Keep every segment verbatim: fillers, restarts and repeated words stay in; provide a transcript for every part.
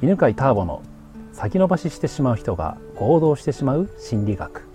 犬飼ターボの先延ばししてしまう人が行動してしまう心理学。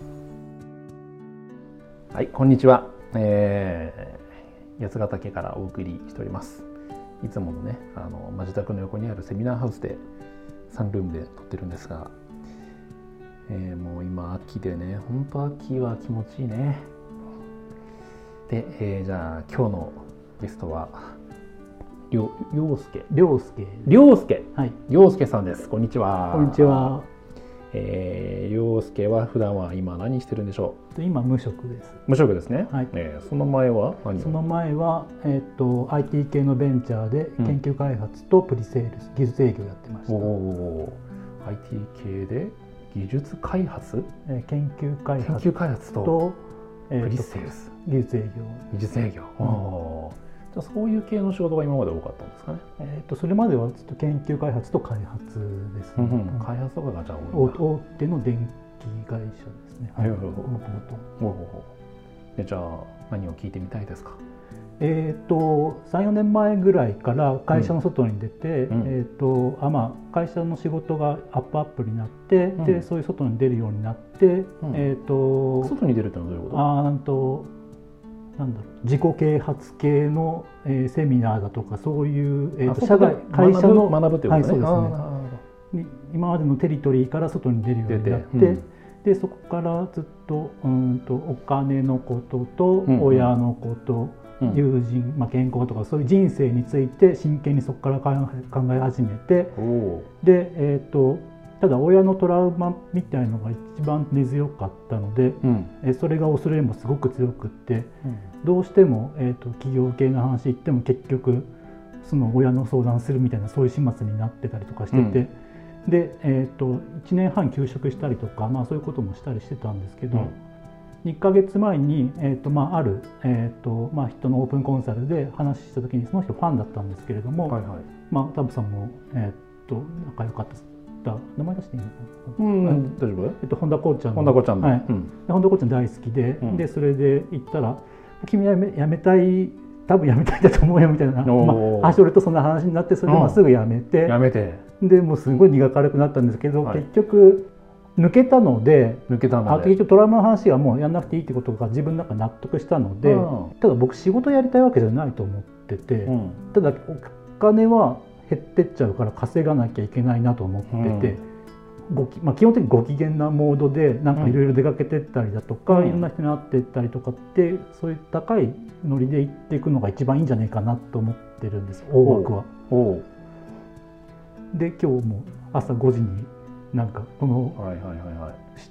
はい、こんにちは、えー、八ヶ岳からお送りしております。いつものね、あの、まあ、自宅の横にあるセミナーハウスでサンルームで撮ってるんですが、えー、もう今秋でね、本当秋は気持ちいいね。で、えー、じゃあ今日のゲストはりょうすけりょうすけりょうすけはいりょうすけさんです。こんにちは。 こんにちは。 えー、りょうすけは普段は今何してるんでしょう。今無職です。 無職ですね。 はい。 えー、その前は何を？ その前はえっ、ー、と アイティー 系のベンチャーで研究開発とプリセールス、うん、技術営業やってました。 おお。アイティー 系で技術開発？ えー、研究開発研究開発と、 とえー、プリセールス、 技術営業。 技術営業。うん、おー。じゃあそういう系の仕事が今まで多かったんですかね。 えー、とそれまではずっと研究開発と開発ですね。 うんうん、開発とかがじゃあ多いんだ。大手の電気会社ですね。 はい、もとももと。じゃあ何を聞いてみたいですか。 えー、とさん、よねんまえぐらいから会社の外に出て、うんえーとあまあ、会社の仕事がアップアップになって、うん、でそういう外に出るようになって、うんえー、と外に出るってのはどういうこと？ あなんとなんだろう自己啓発系の、えー、セミナーだとかそういう、えー、と社外会社の学ぶっていうことね。 はい、そうですね。今までのテリトリーから外に出るようになって、うん、でそこからずっと、うんとお金のことと親のこと、うん、友人、まあ、健康とかそういう人生について真剣にそこから考え始めて、で、えー、とただ親のトラウマみたいのが一番根強かったので、うん、えそれが恐れもすごく強くって、うん、どうしても、えー、と企業系の話言っても結局その親の相談するみたいなそういう始末になってたりとかしてて、うん、で、えー、といちねんはん休職したりとか、まあ、そういうこともしたりしてたんですけど、うんいっかげつまえに、えーとまあ、ある、えーとまあ、人のオープンコンサルで話した時にその人ファンだったんですけれども、はいはいまあ、タブさんも、えー、と仲良かった名前出していいのかな、うんうん、大丈夫？えっと、本田こうちゃんの本田こうちゃんの、 はいうん、本田こうちゃん大好きで、うん、でそれで言ったら君はやめ、やめたい多分やめたいだと思うよみたいな、まあ、あそれとそんな話になってそれでまっすぐやめて、 やめてでもうすごい苦るくなったんですけど、はい、結局抜けたので、 抜けたので結局トラウマの話はもうやんなくていいってことが自分の中で納得したので、うん、ただ僕仕事やりたいわけじゃないと思ってて、うん、ただお金は減ってっちゃうから稼がなきゃいけないなと思ってて、うんごきまあ、基本的にご機嫌なモードでなんかいろいろ出かけてったりだとか、うん、いろんな人に会ってったりとかってそういう高いノリで行っていくのが一番いいんじゃないかなと思ってるんです大枠は。で今日も朝ごじになんかこの知って、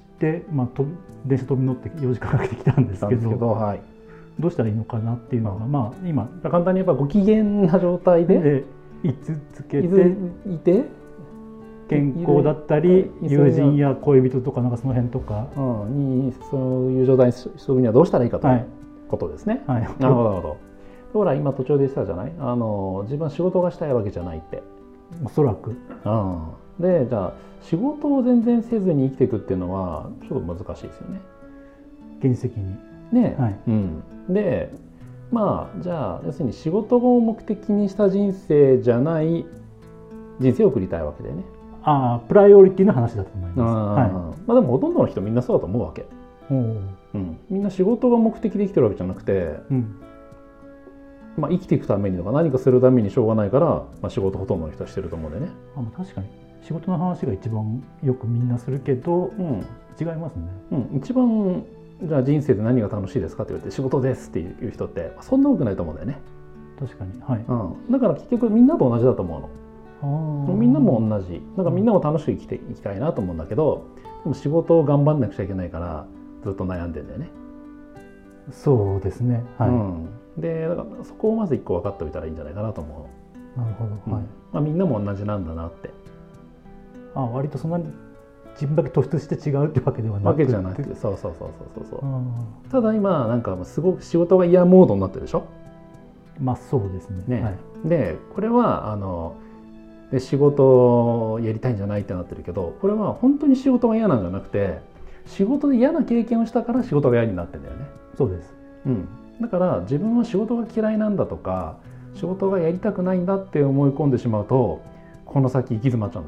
まあ、と電車飛び乗ってよじかんかけてきたんですけど、はい、どうしたらいいのかなっていうのが、まあ、今簡単に言えばご機嫌な状態でで居続けていて健康だったり友人や恋人とかなんかその辺とか、 うん、にそういう状態にするにはどうしたらいいかということですね。はいはい、なるほどなるほど。ほら今途中で言ってたじゃない、あの自分は仕事がしたいわけじゃないって。 おそらく。 うんでじゃあ仕事を全然せずに生きていくっていうのはちょっと難しいですよね。 現実的に。 ね、はいうん、でまあじゃあ要するに仕事を目的にした人生じゃない人生を送りたいわけでね。 ああプライオリティの話だと思います。 あ、はいまあ、でもほとんどの人みんなそうだと思うわけ。うん、みんな仕事が目的で生きてるわけじゃなくて、うんまあ、生きていくためにとか何かするためにしょうがないから、まあ、仕事ほとんどの人はしてると思うんでね。 あ確かに仕事の話が一番よくみんなするけど、うん、違いますね、 うん、一番じゃあ人生で何が楽しいですかって言われて仕事ですっていう人ってそんな多くないと思うんだよね。 確かに、はいうん、だから結局みんなと同じだと思うの。あみんなも同じなんかみんなも楽しく生きていきたいなと思うんだけど、でも仕事を頑張んなくちゃいけないからずっと悩んでんだよね。 そうですね、はい、うん、 でだからそこをまず一個分かっておいたらいいんじゃないかなと思う。なるほど、はい、 うんまあ、みんなも同じなんだなって。 あ割とそんなに自分だけ突出して違うってわけではなくてわけじゃなくてそうそうそうそうそう。ただ今なんかすごく仕事が嫌モードになってるでしょ。 まあそうですね。 ね、はい、でこれはあので仕事をやりたいんじゃないってなってるけど、これは本当に仕事が嫌なんじゃなくて仕事で嫌な経験をしたから仕事が嫌になってるんだよね。 そうです、 うん、だから自分は仕事が嫌いなんだとか仕事がやりたくないんだって思い込んでしまうとこの先行き詰まっちゃうんだよ。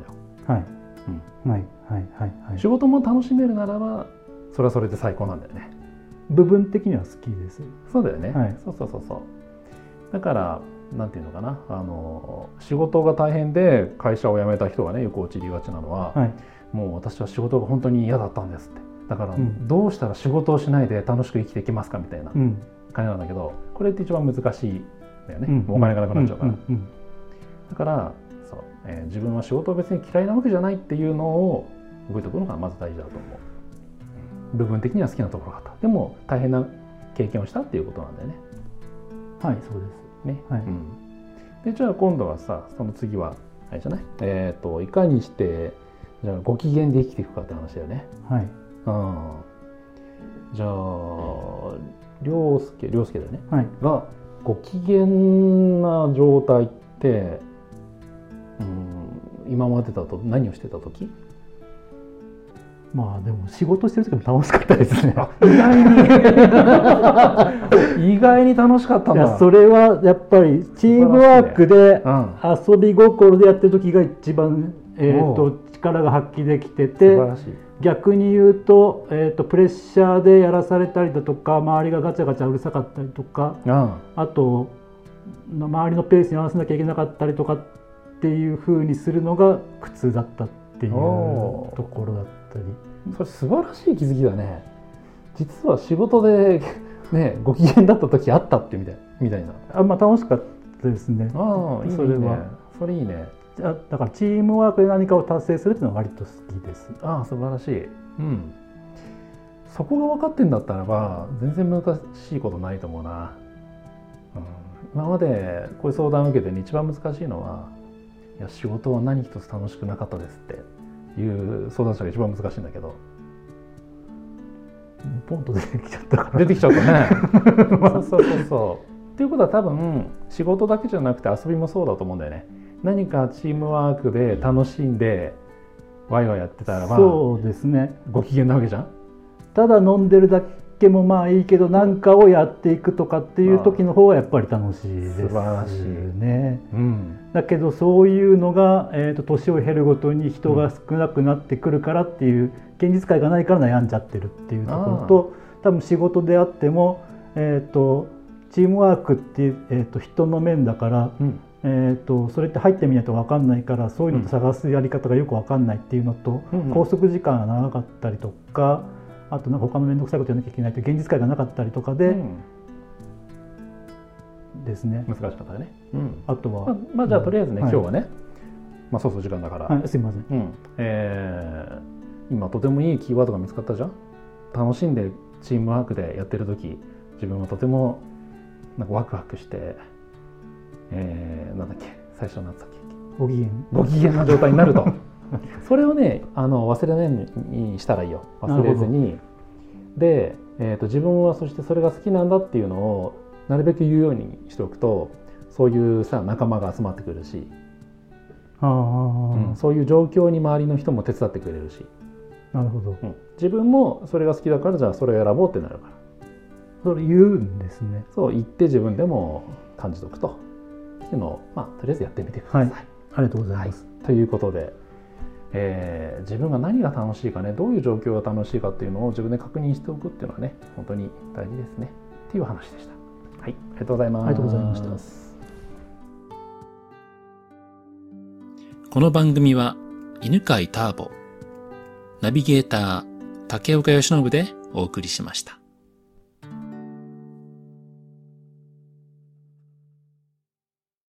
はい、うん、はいはいはいはい。 仕事も楽しめるならばそれはそれで最高なんだよね。 部分的には好きです。 そうだよね、 はい、 そうそうそうそう。だからなんていうのかな、あの仕事が大変で会社を辞めた人がねよく陥りがちなのは、はい、もう私は仕事が本当に嫌だったんですって。だからどうしたら仕事をしないで楽しく生きていけますかみたいな感じなんだけど、これって一番難しいんだよね、うん、お金がなくなっちゃうから、うんうんうん、だからそう、えー、自分は仕事を別に嫌いなわけじゃないっていうのを覚えておくのがまず大事だと思う。部分的には好きなところがあった、でも大変な経験をしたっていうことなんだよね。 はい、そうですね、はい、うん、でじゃあ今度はさ、その次はあれじゃない、えーといかにしてじゃあご機嫌で生きていくかって話だよね。 はい、 うん、じゃあ涼介涼介だよね、はい、がご機嫌な状態って、うん、今までだと何をしてた時？ まあでも仕事してる時も楽しかったですね。 意外に意外に楽しかったんだ。 いやそれはやっぱりチームワークで遊び心でやってる時が一番、えーと力が発揮できてて、逆に言うと、えーとプレッシャーでやらされたりだとか、周りがガチャガチャうるさかったりとか、うん、あと周りのペースに合わせなきゃいけなかったりとかっていう風にするのが苦痛だったっていうところだったり。 それ素晴らしい気づきだね。実は仕事でねご機嫌だった時あったってみたいみたいな。 あ、まあ楽しかったですね。 ああ、いいね。それはそれいいね。 だからチームワークで何かを達成するっていうのは割と好きです。 ああ、素晴らしい。うん。そこが分かってんだったらば全然難しいことないと思うな。うん、今までこういう相談を受けて、ね、一番難しいのは、いや仕事は何一つ楽しくなかったですっていう相談者が一番難しいんだけど、 ポンと出てきちゃったから出てきちゃったね。そうそうそうそう。っていうことは多分仕事だけじゃなくて遊びもそうだと思うんだよね。何かチームワークで楽しんでワイワイやってたらば、 そうですね、 ご機嫌なわけじゃん。 ただ飲んでるだけもまあいいけど、何かをやっていくとかっていう時の方がやっぱり楽しいですね。 素晴らしい、うん、 だけどそういうのが、えーと、年を経るごとに人が少なくなってくるからっていう、現実界がないから悩んじゃってるっていうところと、多分仕事であっても、えーと、チームワークっていう、えーと、人の面だから、うん、えー、とそれって入ってみないと分かんないから、そういうのと探すやり方がよく分かんないっていうのと、うん、拘束時間が長かったりとか、あとなんか他の面倒くさいことやらなきゃいけないという現実界がなかったりとかで、うん、ですね。 難しかったね、うん、 あとは、 まあ、まあじゃあとりあえずね、うん、今日はね、まあ、そうそう時間だから、 はい、すいません、 うんえー、今とてもいいキーワードが見つかったじゃん。楽しんでチームワークでやってる時、自分はとてもなんかワクワクして、えー、なんだっけ最初のやつだっけ、 ご機嫌ご機嫌な状態になるとそれをねあの忘れないようにしたらいいよ。忘れずにで、えーと、自分はそしてそれが好きなんだっていうのをなるべく言うようにしておくと、そういうさ仲間が集まってくるし、 あ、 うん、そういう状況に周りの人も手伝ってくれるし。 なるほど、 うん、自分もそれが好きだからじゃあそれを選ぼうってなるから、 それ言うんですね。 そう言って自分でも感じとくとっていうのを、まあ、とりあえずやってみてください、はい、 ありがとうございます、 はい、ということで、えー、自分が何が楽しいかね、どういう状況が楽しいかっていうのを自分で確認しておくっていうのはね本当に大事ですねっていう話でした。はい、ありがとうございます。 ありがとうございました。 この番組は犬飼ターボ、ナビゲーター竹岡由伸でお送りしました。